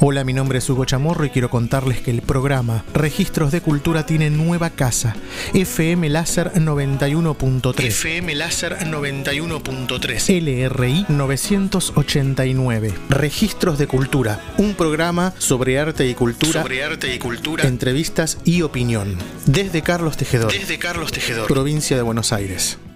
Hola, mi nombre es Hugo Chamorro y quiero contarles que el programa Registros de Cultura tiene nueva casa, FM Láser 91.3. FM Láser 91.3. LRI 989. Registros de Cultura, un programa sobre arte y cultura, entrevistas y opinión. Desde Carlos Tejedor, provincia de Buenos Aires.